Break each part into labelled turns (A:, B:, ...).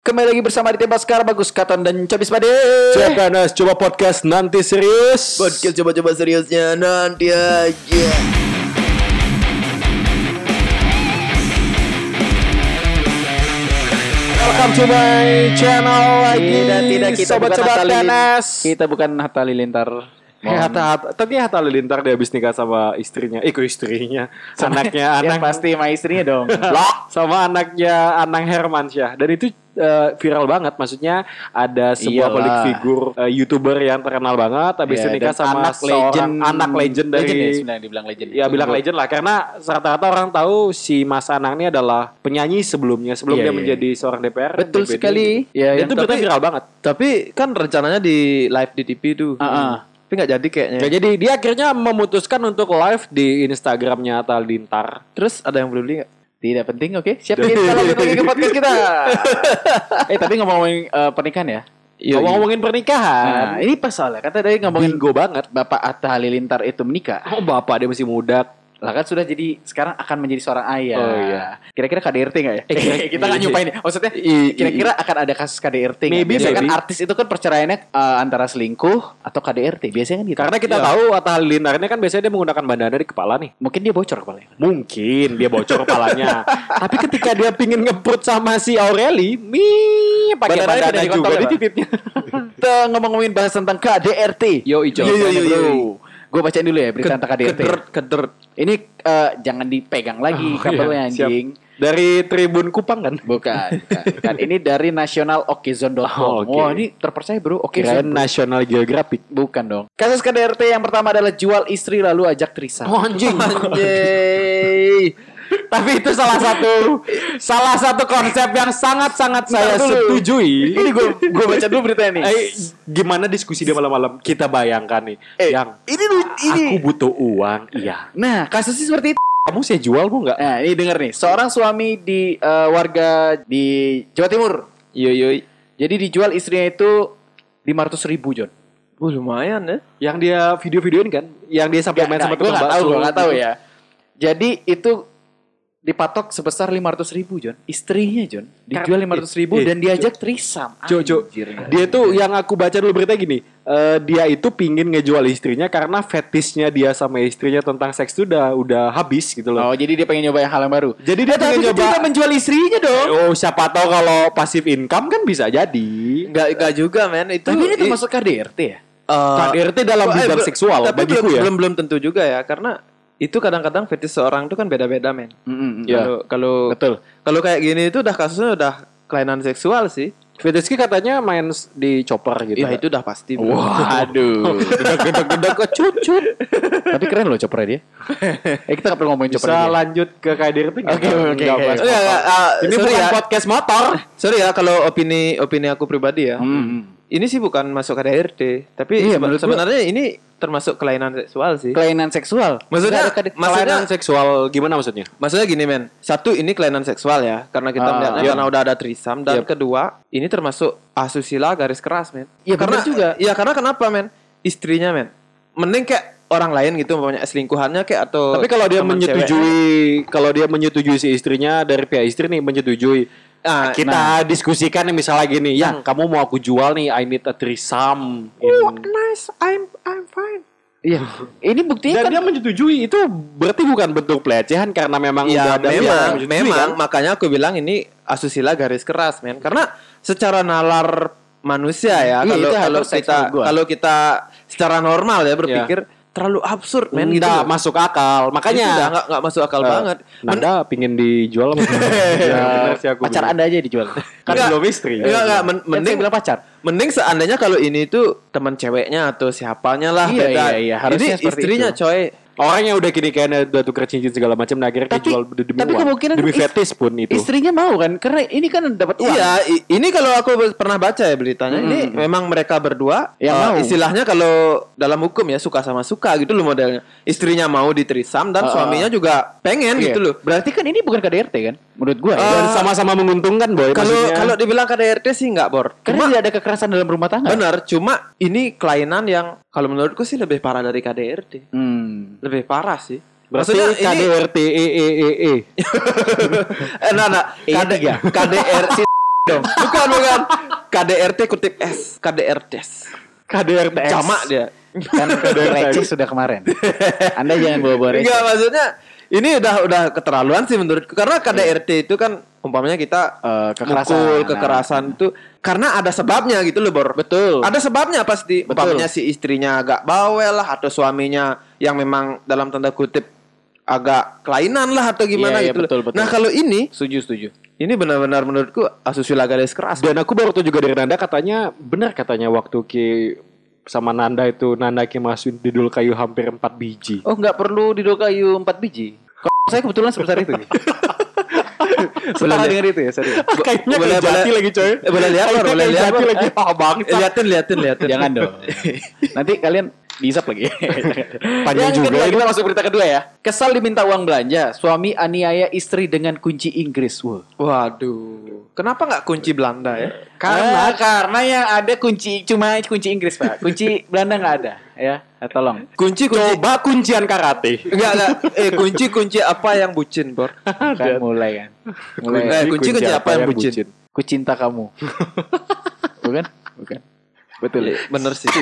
A: Kembali lagi bersama Aditya Baskara, Bagus Katon dan Cobis Pade.
B: Cekanas, coba podcast nanti serius.
A: Podcast coba-coba seriusnya nanti aja.
B: Welcome to my channel lagi.
A: Tidak, kita
B: Sobat
A: bukan
B: Sobat
A: Hatta
B: Tenas.
A: Kita bukan Hatta Halilintar.
B: Tapi Hatta Halilintar dia habis nikah sama istrinya. Istrinya. Anaknya
A: Yang
B: anak
A: pasti sama istrinya dong.
B: sama anaknya Anang Hermansyah. Dan itu viral banget. Maksudnya ada sebuah
A: Iyalah.
B: public figure YouTuber yang terkenal banget habis
A: Iya,
B: itu nikah
A: dan
B: sama
A: anak
B: anak legend dari
A: legend ya, sebenarnya dibilang legend.
B: ya bilang legend lah, karena rata-rata orang tahu si Mas Anang ini adalah penyanyi sebelum
A: Iya,
B: dia
A: iya.
B: menjadi seorang DPR.
A: Betul
B: DPD.
A: sekali.
B: Ya,
C: yang
B: itu berita
C: tapi-
B: viral banget.
C: Tapi kan rencananya di live di TV tuh. Tapi nggak jadi kayaknya.
B: Ya, jadi dia akhirnya memutuskan untuk live di Instagramnya Hatta Halilintar.
C: Terus ada yang peduli nggak?
A: Tidak penting, oke. Siap, kita lanjut lagi ke podcast kita. Tapi ngomong-ngomongin pernikahan ya.
B: Ngomongin pernikahan.
A: Nah, ini pas soalnya kata tadi ngomongin
B: Bingo banget.
A: Bapak Atta Halilintar itu menikah.
B: Oh, bapak dia masih muda.
A: Lah kan sudah jadi sekarang akan menjadi seorang ayah.
B: Oh, iya.
A: Kira-kira KDRT nggak ya? Kita nggak nyumpain nih. Maksudnya kira-kira akan ada kasus KDRT nggak?
B: Maybe,
A: Biasanya kan
B: maybe.
A: artis itu kan perceraiannya antara selingkuh atau KDRT. Biasanya kan gitu.
B: Karena kita tahu Hatta Halilintar ini kan biasanya dia menggunakan bandana di kepala nih.
A: mungkin dia bocor kepalanya.
B: Mungkin dia bocor kepalanya. Tapi ketika dia pingin ngeprut sama si Aureli, pakai
A: Bandananya
B: bandana
A: tidak
B: juga
A: dikontol
B: di
A: ya, Pak?
B: titiknya.
A: Kita ngomongin bahas tentang KDRT.
B: Yo, ijo.
A: Gue bacain dulu ya berita tentang KDRT.
C: Kedert.
A: Ini jangan dipegang lagi kabelnya
B: Siap.
A: anjing.
B: Dari Tribun Kupang kan?
A: Bukan. Ini dari nationalokezone.com.
B: Oh, oke.
A: Wah, ini terpercaya bro. Oke,
B: Kirain National Geographic.
A: bukan dong. Kasus KDRT yang pertama adalah jual istri lalu ajak trisam.
B: Anjing.
C: Anjay.
B: Tapi itu salah satu konsep yang sangat-sangat saya
A: Bentar dulu.
B: setujui.
A: Ini gue baca dulu beritanya nih.
B: Gimana diskusi dia malam-malam? Kita bayangkan nih, yang
A: ini
B: aku butuh uang, iya.
A: Nah, kasusnya seperti itu.
B: Kamu saya jual mau nggak?
A: Nah, ini denger nih. Seorang suami di warga di Jawa Timur.
C: Yoi.
A: Jadi dijual istrinya itu 500.000, John.
C: Lumayan ya.
B: Yang dia video-videoin kan? Yang dia sampai main sama
A: gue
B: tukang
A: nggak tahu,
B: bakso.
A: gue nggak tahu
B: gitu.
A: ya. Jadi itu dipatok sebesar 500.000, John. Istrinya, John, dijual 500.000 dan diajak trisam.
B: Jo,
A: Anjir,
B: dia tuh yang aku baca dulu berita gini, dia itu pingin ngejual istrinya karena fetisnya dia sama istrinya tentang seks itu udah habis gitu loh.
A: Oh, jadi dia pengen nyoba yang hal yang baru.
B: Jadi dia
A: Tapi
B: pengen
A: dia
B: nyoba
A: juga menjual istrinya dong.
B: Oh, siapa tahu kalau passive income kan bisa jadi.
C: Nggak juga men. Itu
A: Tapi ini termasuk KDRT ya?
B: KDRT dalam bidang seksual
C: tapi
B: bagiku ya.
C: belum tentu juga ya, karena itu kadang-kadang fetish seorang itu kan beda-beda men.
B: Ya.
C: Kalau
A: Betul.
C: kalau kayak gini itu udah kasusnya udah kelainan seksual sih.
B: Fetishki katanya main di chopper gitu.
C: Ya itu udah pasti. bro.
A: Waduh. Gedek-gedek ke cucut. Tapi keren loh choppernya dia. Kita nggak perlu ngomongin chopper
B: Bisa
A: dia.
B: lanjut ke KDRT nggak?
A: Oke.
B: Nggak bahas
C: Enggak,
B: motor. Ini
C: sorry
B: bukan
C: ya.
B: podcast motor.
C: Sorry ya kalau opini aku pribadi ya. Ini sih bukan masuk KDRT, tapi
A: Iya, menurut gua-
C: sebenarnya ini termasuk kelainan seksual sih.
A: Kelainan seksual.
C: Maksudnya
B: Kelainan seksual gimana maksudnya?
C: maksudnya gini men. Satu, ini kelainan seksual ya, karena kita melihatnya
B: iya.
C: karena udah ada trisam, dan kedua, ini termasuk asusila garis keras men.
A: Iya,
C: karena
A: bener juga.
C: Iya, karena kenapa men? Istrinya men. Mending kayak orang lain gitu, umpamanya selingkuhannya kayak atau
B: Tapi kalau dia
C: teman
B: menyetujui si istrinya, dari pihak istri nih menyetujui, kita diskusikan nih misalnya gini, yang kamu mau aku jual nih, I need a threesome.
C: nice, I'm fine.
A: Iya. Ini buktinya
B: Dan
A: kan
B: dia menyetujui, itu berarti bukan bentuk pelecehan karena memang
C: Ya
B: udah ada pihak yang menyetujui,
C: memang
B: kan?
C: makanya aku bilang ini asusila garis keras men, karena secara nalar manusia ya,
A: Iya, itu
C: kalau
A: hyperseks
C: kita
A: menurut gua.
C: kalau kita secara normal ya berpikir terlalu absurd men, gitu
B: Nggak
C: loh.
B: masuk akal.
C: Itu udah
B: Makanya
C: nggak masuk akal banget.
B: Nanda pingin dijual sama bener sih aku
A: pacar
B: bilang.
A: Anda aja dijual.
B: Kan
C: Nggak.
B: belum istri.
C: Enggak,
A: Mending
C: mending
A: bilang pacar.
C: mending seandainya kalau ini tuh teman ceweknya atau siapanya lah,
A: Iya,
C: beda.
A: iya, harusnya
C: Ini
A: seperti
C: istrinya
A: itu.
C: coy.
B: Orang yang udah gini kayaknya udah tuker cincin segala macam, nah akhirnya
A: Tapi-
B: dijual demi
A: tapi
B: uang.
A: kemungkinan
B: demi
A: is-
B: fetis pun itu.
A: Istrinya mau kan? Karena ini kan dapat uang.
C: Iya, ini kalau aku pernah baca ya beritanya, ini memang mereka berdua
A: Yang mau.
C: istilahnya kalau dalam hukum ya suka sama suka gitu loh modelnya. Istrinya mau ditrisam dan suaminya juga pengen
A: Iya.
C: gitu loh.
A: Berarti kan ini bukan KDRT kan? Menurut gua ya.
B: Dan sama-sama menguntungkan boy.
C: Kalau
B: maksudnya.
C: kalau dibilang KDRT sih enggak, Bor.
A: Karena tidak ada kekerasan dalam rumah tangga.
C: Benar, cuma ini kelainan yang kalau menurutku sih lebih parah dari KDRT. Lebih parah sih.
B: berarti
C: Maksudnya ini
B: KDRT
C: nah, KDR dong. Bukan. KDRT kutip S. KDRT.
B: KDRTS.
C: Jamak dia.
A: Kan receh sudah kemarin. Anda jangan bawa-bawa receh.
C: Enggak, maksudnya ini udah keterlaluan sih menurutku. Karena KDRT itu kan umpamanya kita kekerasan itu karena ada sebabnya gitu loh, Bor.
A: Betul.
C: Ada sebabnya pasti.
A: Betul.
C: Umpamanya si istrinya agak bawel lah atau suaminya yang memang dalam tanda kutip agak kelainan lah atau gimana
A: Iya,
C: gitu.
A: betul,
C: Loh.
A: betul.
C: Nah, kalau ini
A: Setuju.
C: ini benar-benar menurutku asusila garis keras.
B: Dan aku baru tahu juga dari Nanda benar katanya waktu sama Nanda Ki masukin didul kayu hampir 4 biji.
A: Oh, nggak perlu didol kayu 4 biji. Kalau saya kebetulan sebesar itu. Setara dengan itu ya, serius.
B: Kayaknya
C: boleh,
B: kayak jati
C: boleh.
B: lagi coy.
C: Boleh lihat, Bor, boleh lihat.
B: Jati
C: Bor.
B: lagi. Ah bangsa.
C: Liatin.
A: Jangan dong. Nanti kalian dihisap lagi.
B: Panjang
A: Yang
B: juga
A: kedua,
B: ini.
A: kita masuk berita kedua ya. Kesal diminta uang belanja, suami aniaya istri dengan kunci Inggris. Wah.
C: Waduh. Kenapa nggak kunci Belanda ya?
A: Karena yang ada cuma kunci Inggris, Pak. Kunci Belanda nggak ada, ya. Tolong.
C: Kunci.
B: Coba kuncian karate.
C: Enggak. Kunci apa yang bucin, Bor?
A: Kan mulai kan.
C: Kunci apa yang bucin?
A: Ku cinta kamu. Bukan? Betul.
C: Bener sih.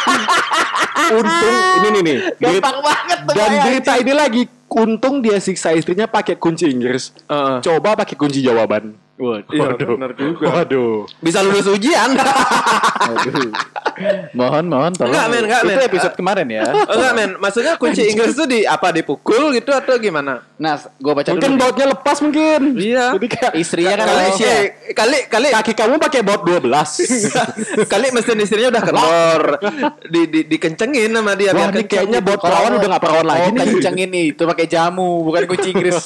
B: Untung ini nih.
A: Gampang banget tuh.
B: Dan
A: bayangin.
B: berita ini lagi untung dia siksa istrinya pakai kunci Inggris. Coba pakai kunci jawaban.
C: Waduh. Bener juga.
B: Waduh.
C: Bisa lulus ujian.
A: Aduh. Mohon tolong.
C: Enggak, men.
A: Itu episode kemarin ya.
C: Enggak, men. Maksudnya kunci Inggris tuh dipukul gitu atau gimana?
A: Nah, gua baca
B: Mungkin
A: dulu.
B: bautnya lepas mungkin.
C: Iya.
B: Jadi kayak
A: Istrinya kan
C: Kali
A: Malaysia.
C: kali
B: kaki kamu pakai baut 12.
C: kali mesin istrinya udah kendor. Dikencengin sama dia
B: Wah, ini kayaknya baut perawan udah gak perawan lagi nih.
A: Kenceng ini, itu pakai jamu, bukan kunci Inggris.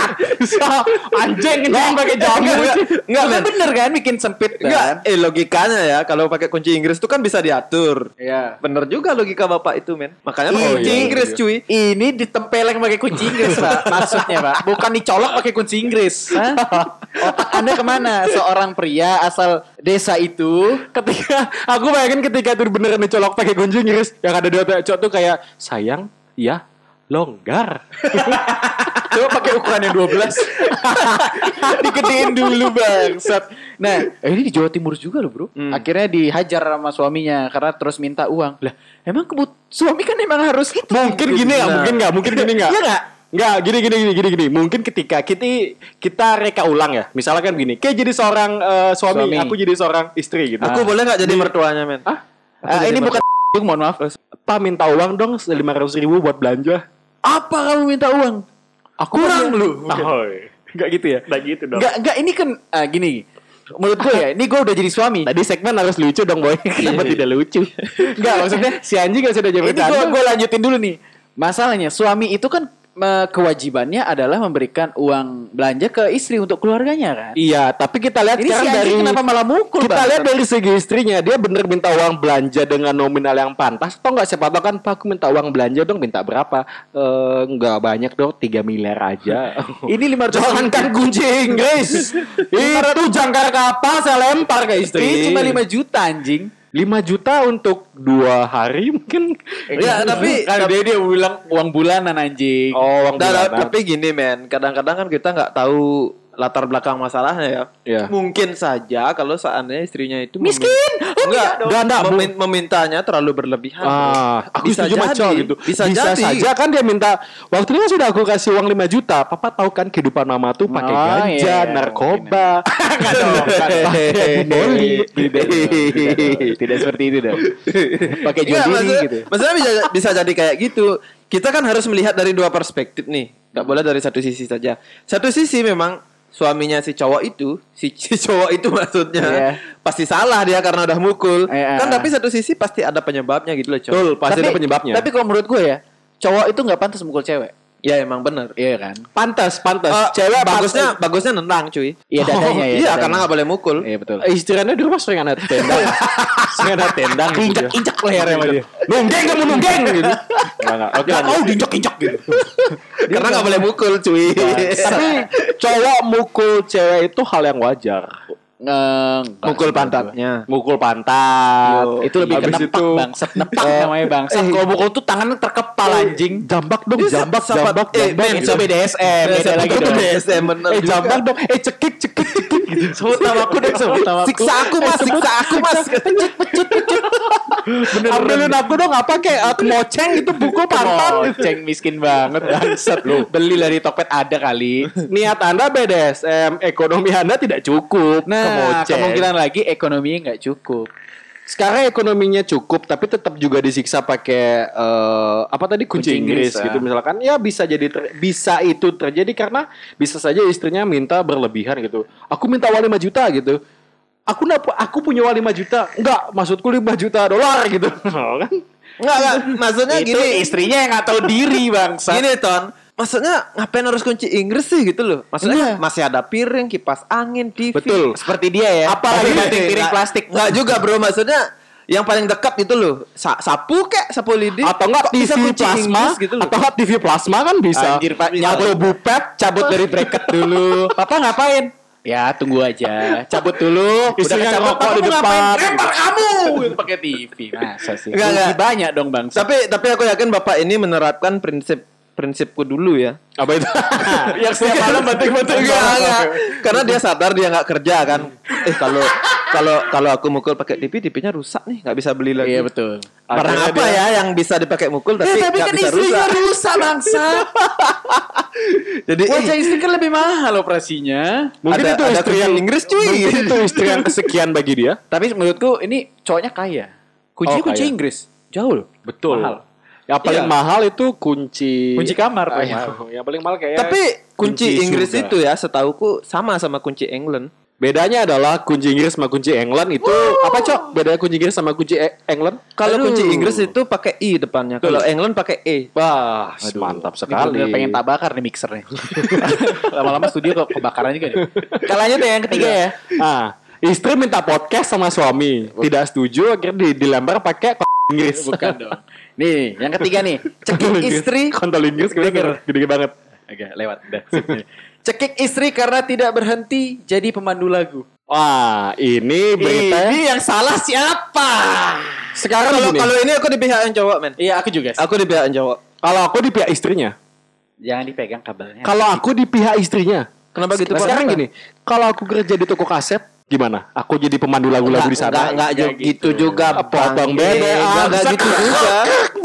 B: Anjing kenceng pakai jamu.
C: Enggak, men.
A: Bener kan bikin sempit kan?
C: Enggak, logikanya ya kalau pakai kunci Inggris tuh kan bisa diatur.
A: Iya.
C: Bener juga logika bapak itu, men. Makanya pakai
A: Oh,
C: kunci
A: iya,
C: Inggris, cuy.
A: Ini ditempeleng pakai kunci Inggris, Pak. Maksudnya, Pak. Bukan dicolok pakai kunci Inggris. Hah? Otak Anda kemana? Seorang pria asal desa itu.
B: Aku bayangin ketika itu beneran dicolok pakai kunci Inggris, yang ada dua cowok tuh kayak sayang, ya longgar.
A: Coba pakai ukuran yang 12. Digedein dulu, bangsat. Nah, ini di Jawa Timur juga loh, Bro. Akhirnya dihajar sama suaminya karena terus minta uang. Lah, emang suami kan emang harus itu.
B: Mungkin gini nggak? Mungkin gini nggak?
A: Iya nggak?
B: Nggak, gini. Mungkin ketika kita reka ulang ya. Misalnya kan gini, kayak jadi seorang suami, aku jadi seorang istri gitu.
C: Aku boleh nggak jadi mertuanya, men?
A: Ini bukan mohon maaf.
B: Pak minta uang dong 500.000 buat belanja.
A: Apa kamu minta uang?
B: Aku
A: Kurang
B: kan-
A: lu.
B: Nggak gitu ya? Nggak gitu dong.
A: Enggak ini kan gini. Menurut gue ya, ini gue udah jadi suami.
B: Tadi segmen harus lucu dong, boy. Kenapa tidak lucu?
A: Enggak, maksudnya
B: Si anjing gak sudah jadi
A: ini gue lanjutin dulu nih. Masalahnya suami itu kan kewajibannya adalah memberikan uang belanja ke istri untuk keluarganya kan.
B: Iya, tapi kita lihat
A: Ini si
B: sekarang
A: anjing
B: dari
A: kenapa malah mukul,
B: kita
A: Bang?
B: lihat dari segi istrinya, dia bener minta uang belanja dengan nominal yang pantas atau enggak? Siapa tahu kan, Pak, aku minta uang belanja dong, minta berapa? Enggak banyak dong, 3 miliar aja.
A: Ini 500
B: Jangankan kunci Inggris. Itu jangkar kapal saya lempar ke istri.
A: Ini cuma 5 juta anjing.
B: 5 juta untuk 2 hari mungkin.
C: Ya, tapi
A: Kan dia bilang uang bulanan anjing.
B: Oh, uang
C: Nah,
B: bulanan.
C: tapi gini, men, kadang-kadang kan kita nggak tahu latar belakang masalahnya ya.
B: Iya.
C: Mungkin saja kalau seandainya istrinya itu
A: Miskin.
C: enggak,
B: Enggak,
C: memintanya terlalu berlebihan.
B: Aku
C: Bisa
B: setuju sama
C: jadi.
B: cowok gitu.
C: Bisa
B: Bisa
C: jadi.
B: saja kan dia minta waktu itu kan sudah aku kasih uang 5 juta. Papa tahu kan kehidupan mama tuh pakai
A: Oh,
B: ganja,
A: iya,
B: narkoba.
A: Enggak dong. Tidak seperti itu dong. Pakai jual
C: Enggak,
A: diri gitu.
C: maksudnya bisa jadi kayak gitu. Kita kan harus melihat dari dua perspektif nih. Enggak boleh dari satu sisi saja. Satu sisi memang suaminya si cowok itu, si cowok itu maksudnya
A: Iya.
C: pasti salah dia karena udah mukul.
A: Iya.
C: Kan tapi satu sisi pasti ada penyebabnya gitu loh, cowok.
B: Betul, pasti ada penyebabnya.
A: Tapi kalau menurut gue ya, cowok itu nggak pantas mukul cewek.
C: Ya emang bener.
A: Iya kan?
B: Pantas.
C: Cewek bagusnya nendang, cuy.
A: Iya dadanya ya.
C: Iya,
A: dadanya.
C: karena nggak boleh mukul.
A: Iya betul.
B: Istilahnya di rumah sering ada tendang. Sering ada tendang gitu.
A: Injak lehernya sama dia.
B: Nunggeng kamu nunggeng gitu. Enggak. Oke.
A: Gak mau diinjak-injak gitu.
C: Karena nggak boleh mukul, cuy.
B: Tapi cowok mukul cewek itu hal yang wajar.
C: Mukul pantatnya.
B: Mukul pantat.
A: Itu lebih ke
B: Habis
A: nepak,
B: itu,
A: bangsat. Nepak namanya bangsat. Kalau mukul tuh tangan terkepal anjing.
B: Jambak dong,
C: Dia
B: jambak.
A: Men, itu BDSM. Beda lagi
C: itu
A: dong.
C: BDSM bener juga.
B: Jambak dong. Cekik gitu.
A: Sebut namaku deh, sebut namaku.
C: Siksa aku mas.
B: Ambilin aku dong apa kayak kemoceng itu pukul pantat.
A: Ceng miskin banget bangsat lu. Beli dari Tokped ada kali.
B: Niat Anda BDSM, ekonomi Anda tidak cukup.
A: Nah,
B: Kemoceng.
A: kemungkinan lagi ekonominya nggak cukup.
B: Sekarang ekonominya cukup tapi tetap juga disiksa pakai apa tadi kunci
A: Kunci Inggris,
B: Inggris gitu misalkan ya bisa jadi bisa itu terjadi karena bisa saja istrinya minta berlebihan gitu. Aku minta uang 5 juta gitu. Aku punya uang 5 juta. Enggak, maksudku 5 juta dolar gitu. Kan?
C: Enggak. Maksudnya
A: Itu
C: gini.
A: istrinya yang nggak tahu diri bangsa.
C: Gini Ton. Maksudnya ngapain harus kunci Inggris sih gitu loh. Maksudnya masih ada piring, kipas angin, TV.
B: Betul.
A: Seperti dia ya.
C: Apalagi
A: banting piring plastik.
C: Enggak juga bro. Maksudnya yang paling dekat gitu loh. Sapu sapu lidi.
B: Atau enggak
C: Kok bisa
B: TV
C: kunci
B: plasma
C: Inggris gitu loh.
B: atau enggak TV plasma kan bisa.
A: Anjir, Pak.
B: Atau bupet
A: Cabut dari bracket dulu. Papa ngapain? Ya tunggu aja. Cabut dulu.
B: Istrinya
A: kecabut,
B: ngerokok
A: Papa
B: di
A: mau
B: depan.
A: ngapain? Lempar kamu. Pakai TV. Masa sih?
C: Enggak.
A: Rugi banyak dong bangsa.
C: Tapi aku yakin bapak ini menerapkan prinsipku dulu ya.
B: Apa itu?
A: Yang setiap malam banting-banting.
C: Enggak. Karena dia sadar dia nggak kerja kan. Kalau aku mukul pakai TV-nya rusak nih, nggak bisa beli lagi.
A: Iya betul.
C: Barang
B: Akhirnya
C: apa
B: dia-
C: ya yang bisa dipakai mukul tapi
A: Tapi
C: nggak
A: kan
C: bisa
A: istrinya
C: rusak.
A: rusak bangsa.
C: Jadi
A: Wajah istri kan lebih mahal operasinya.
B: Mungkin
C: Ada-
B: itu
C: ada
B: istri
C: kunci
B: yang
C: Inggris, cuy.
B: Mungkin itu istri yang kesekian bagi dia.
A: Tapi menurutku ini cowoknya kaya. Kuncinya
B: Oh,
A: kunci
B: kaya.
A: Inggris. Jauh loh.
B: Betul.
A: Mahal.
B: Yang paling
C: Iya.
B: mahal itu kunci
A: Kamar.
B: Ah,
A: paling
B: iya.
A: mahal.
B: Yang paling mahal kayak
C: tapi kunci Inggris
B: surga.
C: itu ya setauku sama kunci England.
B: Bedanya adalah kunci Inggris sama kunci England itu apa cok? Bedanya kunci Inggris sama kunci England?
C: Kalau
A: Aduh.
C: kunci Inggris itu pakai I depannya. Kalau England pakai E.
B: Wah, mantap
A: Ini
B: sekali.
A: bener-bener pengen tak bakar nih mixernya. Lama-lama studio kebakaran juga nih. Kalanya tuh yang ketiga ya.
B: Ah, istri minta podcast sama suami, tidak setuju akhirnya dilempar pakai Inggris.
A: Bukan dong. Nih, yang ketiga nih. Cekik istri.
B: Kontol Inggris
A: Denger.
B: gede banget.
A: Agak lewat. Udah. sip nih. Cekik istri karena tidak berhenti jadi pemandu lagu.
B: Wah, ini berita.
A: Ini yang salah siapa?
B: Sekarang
C: Kalau
B: gini,
C: kalau ini aku di pihak yang cowok, men.
A: Iya, aku juga.
C: Aku di pihak yang cowok.
B: kalau aku di pihak istrinya,
A: Jangan dipegang kabelnya.
B: kalau aku di pihak istrinya,
C: Kenapa gitu? Pak?
B: sekarang gini, kalau aku kerja di toko kaset, gimana? Aku jadi pemandu lagu-lagu di sana.
C: Enggak gitu juga.
B: Potong
C: Bang.
B: beda.
C: Enggak gitu juga.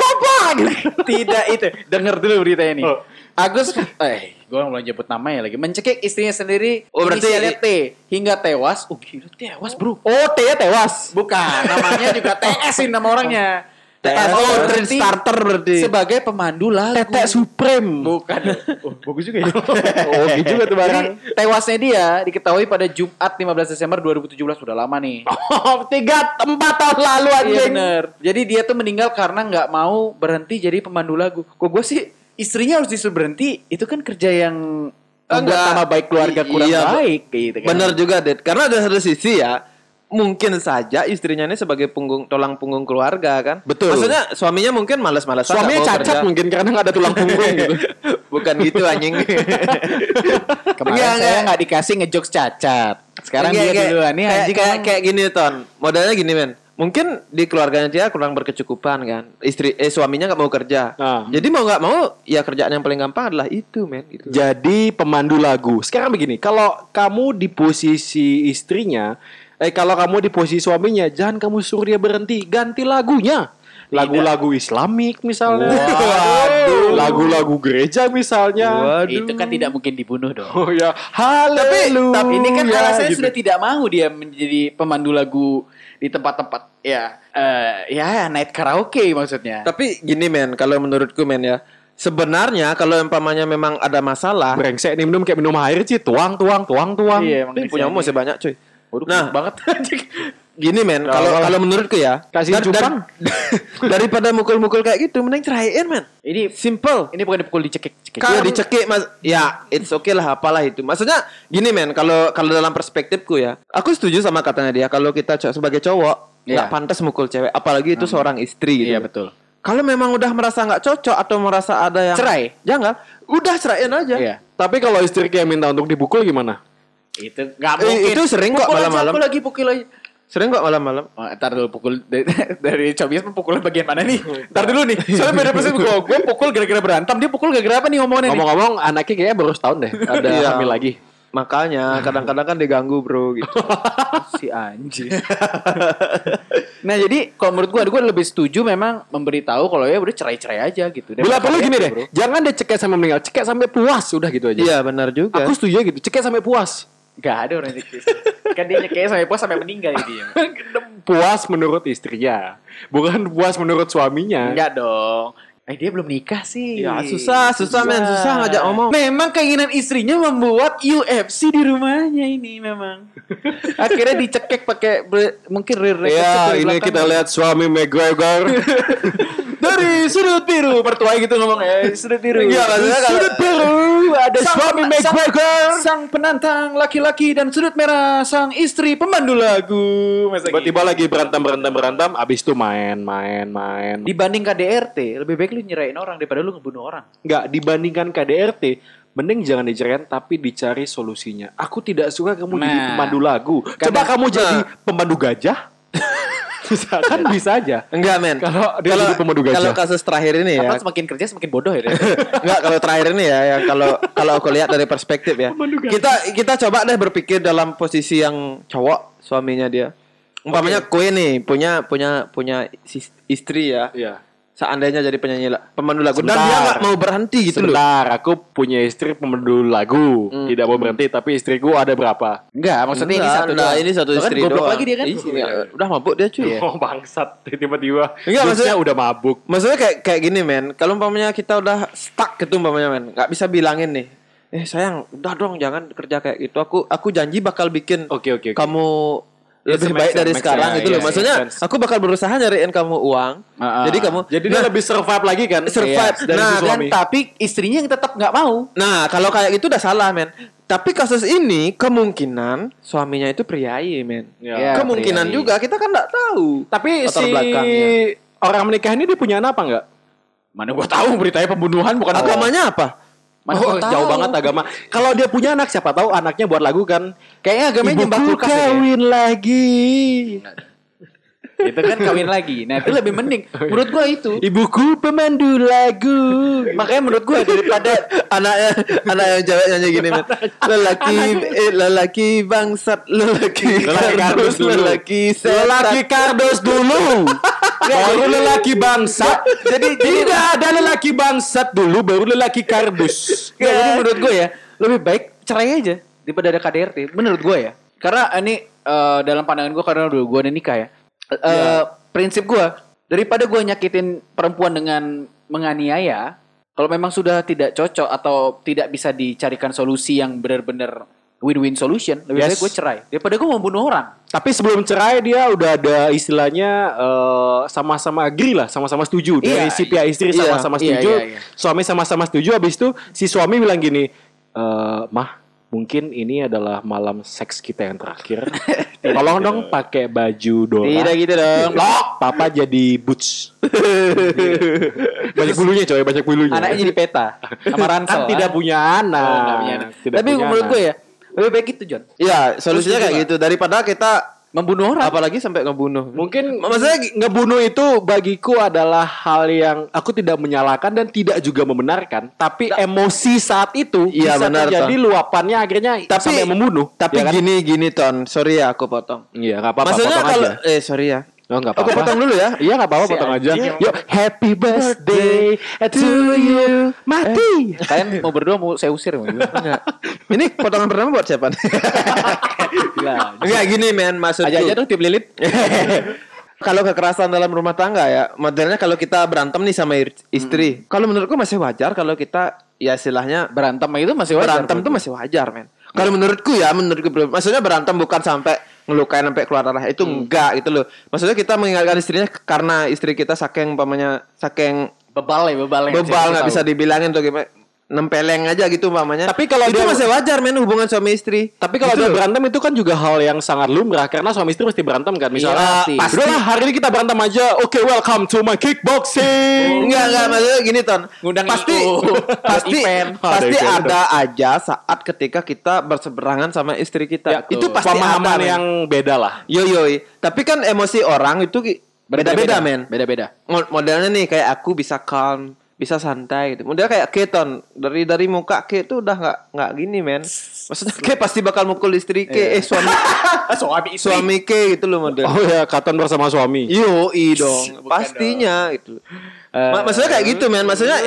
A: Tidak itu. Dengar dulu beritanya nih.
B: Oh.
A: Agus, gue belum nyebut namanya lagi. Mencekik istrinya sendiri.
C: Oh, berarti-
A: inisialnya T hingga tewas. Oh gila tewas bro.
B: Oh, T-nya tewas.
A: Bukan, namanya juga TS ini nama orangnya.
C: TS.
A: Oh,
C: Train
A: berhenti
C: starter berarti.
A: sebagai pemandu lagu.
B: Tetek Supreme.
A: Bukan. Oh, bagus juga ya.
B: Oh, gitu juga tuh barang.
A: Jadi tewasnya dia diketahui pada Jumat 15 Desember 2017, udah lama nih.
B: Oh, 3-4 tahun lalu
A: Iya
B: anjing.
A: bener. Jadi dia tuh meninggal karena nggak mau berhenti jadi pemandu lagu. Kok gue sih istrinya harus disuruh berhenti. Itu kan kerja yang membuat
C: Enggak.
A: nama baik keluarga kurang
C: Iya,
A: baik gitu kan.
C: Bener juga, Det. Karena ada satu sisi ya, mungkin saja istrinya ini sebagai tulang punggung keluarga kan.
B: Betul.
C: Maksudnya suaminya mungkin malas-malasan.
B: Suaminya
C: nggak mau
B: cacat
C: kerja.
B: mungkin karena nggak ada tulang punggung gitu.
C: Bukan gitu anjing.
A: Kemarin
C: Enggak,
A: saya
C: enggak.
A: nggak dikasih ngejokes cacat. Sekarang
C: Kayak-
A: dia
C: kayak-
A: duluan nih
C: kayak,
A: anjing
C: kayak,
A: emang.
C: kayak gini Ton. Modalnya gini men. Mungkin di keluarganya dia kurang berkecukupan kan. Suaminya nggak mau kerja.
B: Ah.
C: Jadi mau nggak mau ya kerjaan yang paling gampang adalah itu men. Gitu.
B: Jadi pemandu lagu. Sekarang begini, kalau kamu di posisi istrinya, kalau kamu di posisi suaminya, jangan kamu suruh dia berhenti, ganti lagunya. Lagu-lagu Islamik misalnya.
C: Waduh.
B: Lagu-lagu gereja misalnya.
C: Waduh.
A: Itu kan tidak mungkin dibunuh dong.
B: Oh ya, haleluya.
A: Tapi ini kan alasannya
B: gitu.
A: sudah tidak mau dia menjadi pemandu lagu di tempat-tempat ya night karaoke maksudnya.
C: Tapi gini men, kalau menurutku men ya, sebenarnya kalau umpamanya memang ada masalah,
B: Brengsek nih minum kayak minum air sih, tuang.
A: Iya, emang
C: ini punya umur sebanyak cuy.
A: Waduh,
C: Nah,
A: banget anjing.
C: Gini men,
B: Nah,
C: kalau
B: malah.
C: kalau menurutku ya,
B: Kasih cupang.
C: daripada mukul-mukul kayak gitu, mending ceraiin men.
A: Ini
C: Simple.
A: ini bukan dipukul dicekik.
C: Kalau dicekik mas, ya it's okay lah, apalah itu. Maksudnya gini men, kalau kalau dalam perspektifku ya, aku setuju sama katanya dia. Kalau kita sebagai cowok
A: Iya.
C: nggak pantas mukul cewek, apalagi itu seorang istri gitu.
A: Iya betul.
C: Kalau memang udah merasa nggak cocok atau merasa ada yang
A: Cerai.
C: jangan, udah ceraiin aja.
A: Iya.
B: Tapi kalau istri kayak minta untuk dipukul gimana?
A: Itu nggak mungkin.
C: Itu sering kok
A: Pukul aja,
C: malam-malam.
A: Aku lagi pukul aja.
C: Sering kok malam-malam.
A: Oh, ntar dulu pukul dari Cobias pukulnya bagian mana nih? Ntar dulu nih. Soalnya beda perspektif gue pukul gara-gara berantem, dia pukul gara-gara apa nih ngomongannya nih?
B: Ngomong-ngomong anaknya kayaknya baru setahun deh. Ada
C: Iya.
B: hamil lagi.
C: Makanya kadang-kadang kan diganggu bro gitu.
A: Si anjing. Nah jadi kalau menurut gue lebih setuju memang memberitahu kalau ya udah cerai-cerai aja gitu.
B: Bila perlu gini deh,
A: Bro.
B: jangan deh cekek sampai meninggal, cekek sampai puas, udah gitu aja.
C: Iya benar juga.
B: Aku setuju gitu, cekek sampai puas.
A: Gak ada orang nyekis. Kan dia nyekis sampai puas sampai meninggal dia.
B: Puas menurut istrinya, bukan puas menurut suaminya.
A: Enggak dong. Dia belum nikah sih.
C: Ya susah men, susah ngajak ngomong.
A: Memang keinginan istrinya membuat UFC di rumahnya ini memang. Akhirnya dicekek pakai mungkin rear naked
B: Ya,
A: dari
B: ini
A: belakang.
B: kita lihat suami McGregor.
A: Dari sudut biru mertuai gitu ngomong sudut biru.
C: Iya, maksudnya kalau-
A: sudut biru ada
B: suami McGregor.
A: sang penantang laki-laki dan sudut merah sang istri pemandu lagu. Masa
B: Tiba-tiba lagi berantem, abis itu main.
A: dibanding KDRT lebih baik lu nyerahin orang daripada lu ngebunuh orang.
B: Nggak, dibandingkan KDRT, mending jangan dicerain tapi dicari solusinya. Aku tidak suka kamu jadi
A: Nah.
B: pemandu lagu. Coba kamu jadi pemandu gajah. Kan bisa aja.
C: Enggak men.
B: Kalau dia jadi pemandu gajah.
C: Kalau kasus terakhir ini ya.
A: Apa semakin kerja semakin bodoh ya.
C: Enggak, kalau terakhir ini ya yang kalau aku lihat dari perspektif ya. Kita coba deh berpikir dalam posisi yang cowok suaminya dia. Umpamanya kue nih punya istri ya.
B: Iya.
C: Seandainya jadi penyanyi pemandu lagu dan
B: Sebentar.
C: dia nggak mau berhenti gitu loh.
B: Sebentar, aku punya istri pemandu lagu. Tidak mau berhenti, tapi istriku ada berapa?
A: Enggak, maksudnya ini
C: Enggak,
A: satu
C: enggak,
A: doang.
C: ini satu
A: Tuh kan
C: istri
A: goblok
C: doang.
A: lagi dia kan.
C: Iya, udah mabuk dia cuy.
B: Oh bangsat, tiba-tiba.
C: Enggak,
B: bosnya
C: maksudnya-
B: udah mabuk.
C: Maksudnya kayak gini men. Kalau umpamanya kita udah stuck gitu umpamanya men, nggak bisa bilangin nih. Sayang, udah dong jangan kerja kayak gitu. Aku janji bakal bikin
B: Oke.
C: kamu lebih
B: make
C: baik
B: sense,
C: dari
B: make
C: sekarang
B: sense.
C: gitu loh.
B: Iya,
C: Maksudnya
B: make sense.
C: aku bakal berusaha nyariin kamu uang. Jadi kamu
B: Jadi dia lebih survive lagi kan?
C: Survive.
B: Iya, dari
C: Nah,
B: si
A: Dan
B: suami.
A: tapi istrinya yang tetap nggak mau.
C: Nah, kalau kayak gitu udah salah, men. Tapi kasus ini kemungkinan suaminya itu priayi, men.
B: Ya,
C: Kemungkinan
A: priayi.
C: juga kita kan nggak tahu.
B: Tapi
C: Latar
B: si
C: belakangnya.
B: orang menikah ini dia punya anak apa enggak?
A: Mana gua tahu beritanya pembunuhan bukan
C: Agamanya apa?
A: Mana gua tahu.
B: Jauh banget agama. Kalau dia punya anak, siapa tahu anaknya buat lagu kan?
A: Kayaknya agamanya nyembah
B: Ibuku
A: kulkas ya.
B: kawin lagi.
A: Itu kan kawin lagi. Nah, itu lebih mending. Menurut gua itu.
B: Ibuku pemandu lagu.
A: Makanya menurut gua daripada
C: anak yang cewek nyanyi gini, men. Lelaki bangsat, lelaki kardus, lelaki
B: Lelaki kardus dulu. Baru lelaki bangsat.
A: Jadi
B: Tidak ada lelaki bangsat dulu, baru lelaki kardus.
A: Nggak, jadi menurut gue ya lebih baik cerai aja daripada ada KDRT. Menurut gue ya. Karena ini dalam pandangan gue karena dulu gue udah nikah ya. Prinsip gue daripada gue nyakitin perempuan dengan menganiaya. Kalau memang sudah tidak cocok atau tidak bisa dicarikan solusi yang benar-benar win-win solution, lebih
B: Yes.
A: baik gue cerai daripada gue membunuh orang.
B: Tapi sebelum cerai dia udah ada istilahnya sama-sama agree lah, sama-sama setuju. Dari
A: Iya,
B: si pihak istri
C: iya,
B: sama-sama
A: iya,
B: setuju,
A: iya.
B: suami sama-sama setuju. Habis itu si suami bilang gini, mah mungkin ini adalah malam seks kita yang terakhir. Tolong dong pakai baju Dora.
C: Tidak gitu dong.
B: Lock, papa jadi butch. Banyak bulunya coy, banyak bulunya.
A: Anaknya jadi peta sama Ransel.
B: Kan tidak punya anak.
A: Oh, nggak punya anak.
B: Tidak
A: Tapi
B: punya
A: menurut
B: anak.
A: gue ya lebih baik itu John.
C: Iya, solusinya kayak gitu daripada kita
A: Membunuh orang.
C: apalagi sampai ngebunuh.
B: Mungkin maksudnya ngebunuh itu bagiku adalah hal yang aku tidak menyalahkan dan tidak juga membenarkan. Tapi emosi saat itu
C: Iya,
B: bisa
C: benar,
B: terjadi
C: Ton.
B: luapannya akhirnya sampai membunuh.
C: Tapi
B: ya kan?
C: gini Ton, sorry ya aku potong.
B: Iya nggak apa-apa.
C: Maksudnya
B: potong
C: kalau
B: aja.
C: sorry ya.
B: Oh nggak
C: Aku
B: apa-apa.
C: potong dulu ya.
B: Iya nggak apa-apa
A: Si
B: potong aja.
A: anjing.
B: Yuk happy birthday to you mati.
A: Kalian mau berdua mau saya usir mau juga.
C: Enggak. Ini potongan pertama buat siapa?
A: Gila.
C: Enggak gini men, maksudku.
A: Aja dong tim lilit.
C: Kalau kekerasan dalam rumah tangga ya, modelnya kalau kita berantem nih sama istri. Kalau menurutku masih wajar kalau kita ya istilahnya
A: Berantem itu masih wajar.
C: berantem tuh masih wajar men. Kalau menurutku ya, maksudnya berantem bukan sampai ngelukain sampai keluar darah itu enggak gitu loh. Maksudnya kita mengingatkan istrinya karena istri kita saking
A: bebal ya.
C: bebal nggak bisa dibilangin tuh gimana. nempeleng aja gitu umpamanya.
B: Tapi kalau
C: itu
B: dia-
C: masih wajar men hubungan suami istri.
B: Tapi kalau
C: Gitu
B: dia
C: loh.
B: berantem itu kan juga hal yang sangat lumrah karena suami istri mesti berantem kan. Misalnya,
A: Iya,
C: pasti.
B: udahlah hari ini kita berantem aja. Oke, welcome to my kickboxing.
C: Enggak maksudnya gini Ton.
A: Ngundang
C: Pasti
A: IO,
C: pasti
A: event.
C: pasti
B: Ada
C: ada aja saat ketika kita berseberangan sama istri kita.
B: Ya,
C: itu pasti
B: pemahaman
C: ada, men.
B: yang beda lah.
C: Yoi. Tapi kan emosi orang itu beda-beda men.
A: Beda-beda.
C: Modelnya nih kayak aku bisa calm, bisa santai gitu. Model kayak Keton dari muka Ke itu udah nggak gini men. Maksudnya Ke pasti bakal mukul istri Ke, suami Ke gitu loh model.
B: Oh ya, Katon bersama suami.
C: Yoi dong, pastinya gitu. Maksudnya kayak gitu men. Maksudnya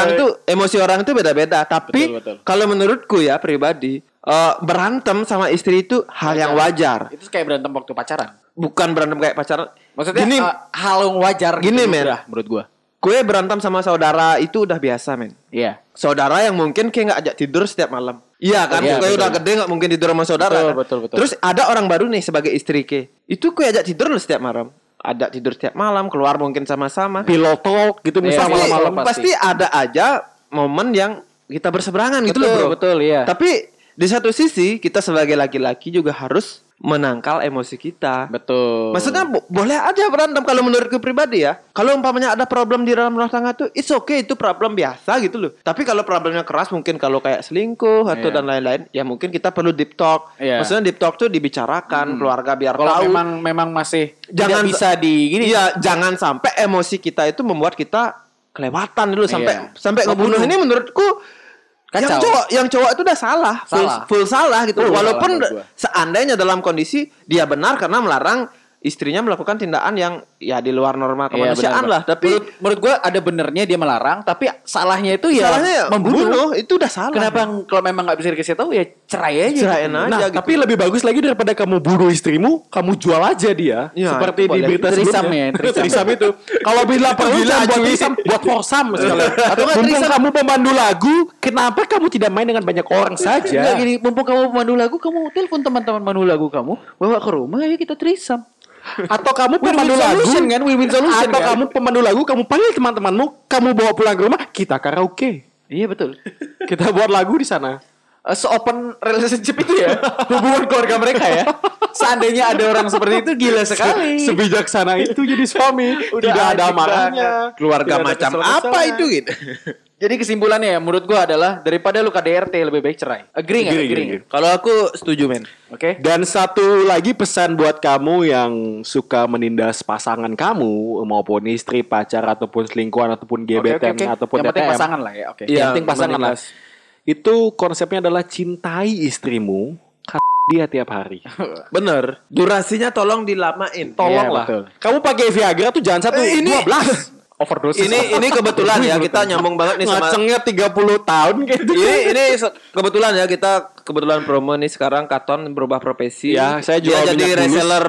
C: emosi orang itu beda-beda. Tapi
A: Betul, betul.
C: kalau menurutku ya pribadi, berantem sama istri itu hal yang wajar.
A: Itu kayak berantem waktu pacaran.
C: Bukan berantem kayak pacaran.
A: Maksudnya
C: Gini,
A: hal yang wajar
C: Gini,
A: gitu,
C: men.
A: menurut gua.
C: gue berantem sama saudara itu udah biasa men.
A: Iya.
C: Saudara yang mungkin kayak nggak ajak tidur setiap malam. Iya kan,
A: Iya,
C: gue
A: betul.
C: udah gede nggak mungkin tidur sama saudara.
A: Betul,
C: kan?
A: betul.
C: Terus ada orang baru nih sebagai istri ke, itu gue ajak tidur loh setiap malam. Ada tidur setiap malam, keluar mungkin sama-sama.
B: Pillow talk gitu misalnya
A: Iya,
B: malam-malam.
C: Pasti ada aja momen yang kita berseberangan gitu loh bro.
A: Betul, iya.
C: Tapi di satu sisi kita sebagai laki-laki juga harus menangkal emosi kita.
A: Betul.
C: Maksudnya boleh aja berantem kalau menurutku pribadi ya. Kalau umpamanya ada problem di dalam rumah tangga tuh, it's okay, itu problem biasa gitu loh. Tapi kalau problemnya keras mungkin kalau kayak selingkuh atau
A: Iya.
C: dan lain-lain, ya mungkin kita perlu deep talk.
A: Iya.
C: Maksudnya deep talk tuh dibicarakan keluarga biar
A: kalau
C: tahu.
A: memang masih
C: Jangan
A: tidak bisa di gini.
C: Iya, jangan sampai emosi kita itu membuat kita kelewatan dulu
A: Iya.
C: sampai ngebunuh. Ini menurutku
A: Kacau.
C: yang cowok itu udah salah.
A: Salah.
C: Full salah gitu.
A: Full
C: Walaupun
A: salah menurut gua.
C: seandainya dalam kondisi dia benar karena melarang istrinya melakukan tindakan yang ya di luar norma
A: Iya,
C: kemanusiaan
A: benar,
C: lah.
A: Bang.
C: Tapi
A: menurut gua ada benernya dia melarang, tapi salahnya itu ya
C: salahnya ya membunuh itu udah salah.
A: Kenapa kalau memang nggak bisa dikasih tahu ya cerai aja.
C: Cerain
A: gitu.
C: aja
B: Nah,
C: gitu.
B: tapi lebih bagus lagi daripada kamu bunuh istrimu, kamu jual aja dia.
C: Ya,
B: Seperti
C: itu
B: di
C: boleh.
B: berita
A: Trisam
B: sebelumnya.
A: ya, trisam.
B: Trisam itu. Kalau bila perlu
C: Gila,
B: jangan buat
C: cuy.
B: trisam, buat forsam sekalian. Atau
A: nggak
B: mumpung
A: trisam.
B: kamu pemandu lagu, kenapa kamu tidak main dengan banyak orang
A: Enggak
B: saja?
A: gini, mumpung kamu pemandu lagu, kamu telepon teman-teman pemandu lagu kamu, bawa ke rumah ya kita trisam.
B: Atau kamu
A: Win-win
B: pemandu lagu,
A: solution kan, win-win solution
B: atau
A: kan?
B: kamu pemandu lagu, kamu panggil teman-temanmu, kamu bawa pulang ke rumah, kita karaoke.
A: Iya betul.
B: Kita buat lagu di sana.
A: Se-open relationship itu ya, hubungan keluarga mereka ya. Seandainya ada orang seperti itu gila sekali.
B: Sebijaksana itu jadi suami.
A: Udah
B: Tidak ada
A: asik
B: marahnya.
C: keluarga
B: Tidak ada
C: macam
B: kesel-keselan.
C: apa itu gitu.
A: Jadi kesimpulannya ya, menurut gua adalah daripada lu KDRT lebih baik cerai. Agree nggak?
B: Agree,
A: Agree.
B: agree.
C: Kalau aku setuju men.
A: Oke.
B: Dan satu lagi pesan buat kamu yang suka menindas pasangan kamu, maupun istri, pacar, ataupun selingkuhan, ataupun gebetan, ataupun
A: Yang penting
B: TTM.
A: pasangan lah ya. Oke.
B: Yang
C: Iya,
B: penting pasangan lah.
C: menindas.
B: Itu konsepnya adalah cintai istrimu, dia tiap hari.
C: Bener. Durasinya tolong dilamain.
B: Tolonglah.
A: betul.
B: Kamu pakai Viagra tuh jangan satu,
C: ini
B: 12.
A: Overdosis.
C: Ini kebetulan ya kita nyambung banget nih sama
B: Ngacengnya 30 tahun kayak gitu.
C: kebetulan ya kita kebetulan promo nih sekarang Katon berubah profesi.
B: Ya, saya jual
C: Dia jadi
B: minyak bulus.
C: reseller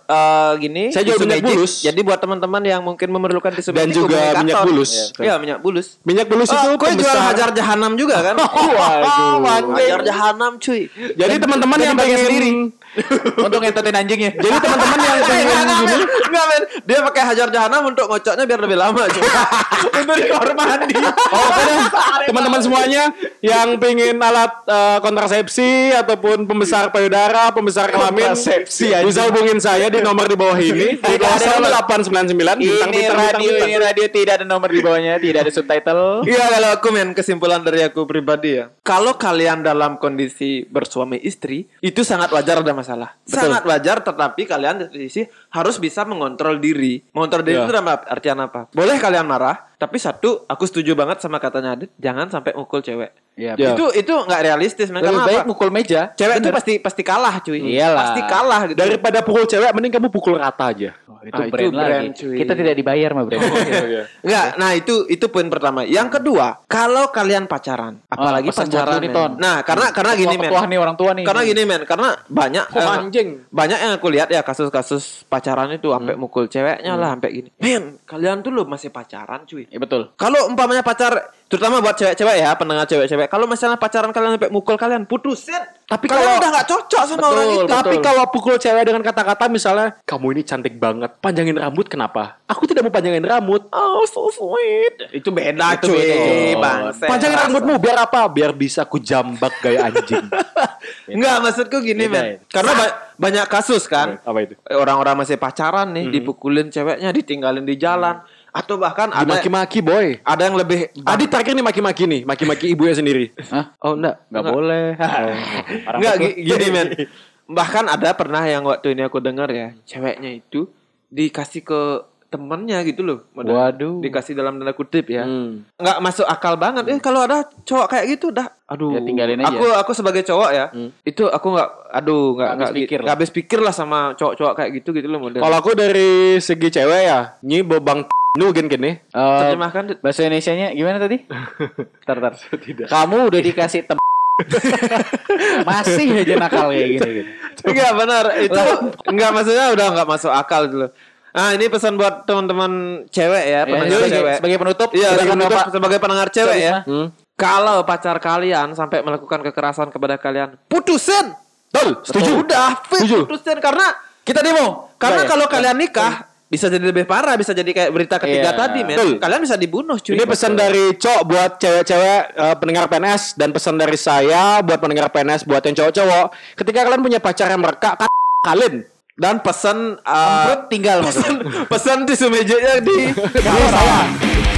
C: gini.
B: Saya jual
C: tisu
B: minyak
C: magic.
B: bulus.
C: Jadi buat teman-teman yang mungkin memerlukan tisu
B: Dan
C: magic,
B: juga
C: hubungi
B: minyak
C: Katon.
B: bulus.
C: Iya, minyak bulus.
B: Minyak bulus itu
C: Gue jual
B: pembesar.
C: hajar jahanam juga kan.
B: Waduh.
C: Hajar jahanam cuy.
B: Jadi teman-teman yang
A: pakai
B: pengen
A: sendiri. Untuk ngentotin anjingnya.
B: Jadi teman-teman yang pengen gini,
C: Enggak men. Dia pakai hajar jahanam untuk ngocoknya biar lebih lama cuy.
A: Untuk di kamar mandi.
B: oh oke deh. Teman-teman semuanya yang pengen alat kontrasepsi ataupun pembesar payudara, pembesar kelamin,
A: Kontrasepsi, anjing.
B: bisa hubungin saya di nomor di bawah ini. Di
A: Tidak ada
B: 0899 bintang
A: Ini radio tidak ada nomor di bawahnya, tidak ada subtitle.
C: Iya kalau aku men, kesimpulan dari aku pribadi ya. Kalau kalian dalam kondisi bersuami istri, itu sangat wajar ada masalah. Sangat wajar, tetapi kalian di sisi harus bisa mengontrol diri. Mengontrol diri
B: Ya.
C: itu dalam artian apa? Boleh kalian marah, tapi satu, aku setuju banget sama katanya Adit, jangan sampai mukul cewek.
A: Iya.
B: Ya.
C: Itu nggak realistis, men.
A: Lebih
C: Karena
A: baik
C: apa?
A: mukul meja.
C: Cewek itu pasti kalah, cuy.
A: Iyalah.
C: Pasti kalah gitu.
B: Daripada pukul cewek, mending kamu pukul rata aja.
A: Itu
C: Ah, itu
A: brand
C: brand,
A: lagi.
C: cuy.
A: Kita tidak dibayar mah brand.
C: Enggak, nah itu poin pertama. Yang kedua, kalau kalian pacaran, apalagi
A: pesan buat
C: pacaran,
A: lu nih,
C: men.
A: Ton.
C: Nah, karena gini, men.
A: Ketua nih orang tua nih.
C: Karena gini, men. Karena banyak
B: anjing.
C: banyak yang aku lihat ya kasus-kasus pacaran itu sampai mukul ceweknya lah, sampai gini. Men, kalian tuh lo masih pacaran, cuy.
A: Iya betul.
C: Kalau umpamanya pacar terutama buat cewek-cewek ya, pendengar cewek-cewek. Kalau misalnya pacaran kalian sampai mukul kalian, putusin.
B: Tapi
C: Kalian
B: kalau-
C: udah nggak cocok sama
A: Betul,
C: orang itu.
A: betul.
B: Tapi kalau pukul cewek dengan kata-kata misalnya, kamu ini cantik banget, panjangin rambut kenapa? Aku tidak mau panjangin rambut. Oh, so sweet.
C: Itu beda
A: Itu
C: cuy,
A: beda, cuy.
C: bangsa.
B: Panjangin rambutmu biar apa? Biar bisa ku jambak gaya anjing.
C: Enggak, maksudku gini,
A: Beda,
C: men.
A: ya.
C: Karena banyak kasus kan.
B: Apa itu?
C: Orang-orang masih pacaran nih, dipukulin ceweknya, ditinggalin di jalan, atau bahkan ada
B: Maki-maki boy.
C: ada yang lebih
B: Adit terakhir nih maki-maki nih, maki-maki ibunya sendiri.
A: Hah?
C: Oh, enggak
A: Boleh.
C: Enggak gini, men. Bahkan ada pernah yang waktu ini aku dengar ya, ceweknya itu dikasih ke temennya gitu loh.
A: Waduh.
C: Dikasih dalam tanda kutip ya.
B: Hmm.
C: Nggak masuk akal banget. Kalau ada cowok kayak gitu dah. Aduh.
A: Ya, tinggalin aja.
C: Aku sebagai cowok ya. Itu aku nggak
A: Nggak
C: habis pikir lah sama cowok-cowok kayak gitu loh model.
B: Kalau aku dari segi cewek ya, nyi bobang nu gini.
C: Terjemahkan.
A: Bahasa Indonesianya gimana tadi? Tar.
B: Tidak.
A: Kamu udah dikasih masih aja nakal kayak gitu.
C: Enggak benar. Itu enggak, maksudnya udah enggak masuk akal gitu loh. Nah, ini pesan buat teman-teman cewek ya, pendengar cewek.
A: Sebagai penutup,
C: Iya,
A: silakan
C: sebagai,
A: Bapak.
C: sebagai pendengar cewek ya.
A: Risma.
C: Kalau pacar kalian sampai melakukan kekerasan kepada kalian, putusin.
B: Betul, setuju.
C: Udah, fix,
B: Setuju.
C: putusin karena
A: Kita demo.
C: karena
A: Udah ya?
C: kalau kalian nikah bisa jadi lebih parah, bisa jadi kayak berita ketiga
A: Iya.
C: tadi, men.
B: Betul.
C: Kalian bisa dibunuh, cuy.
B: Ini pesan dari Cok buat cewek-cewek pendengar PNS dan pesan dari saya buat pendengar PNS buat yang cowok-cowok. Ketika kalian punya pacar yang merekak, kalian.
C: Dan pesan
A: Emprut tinggal maksudnya.
C: pesan tisu mejanya di
B: Ini saya.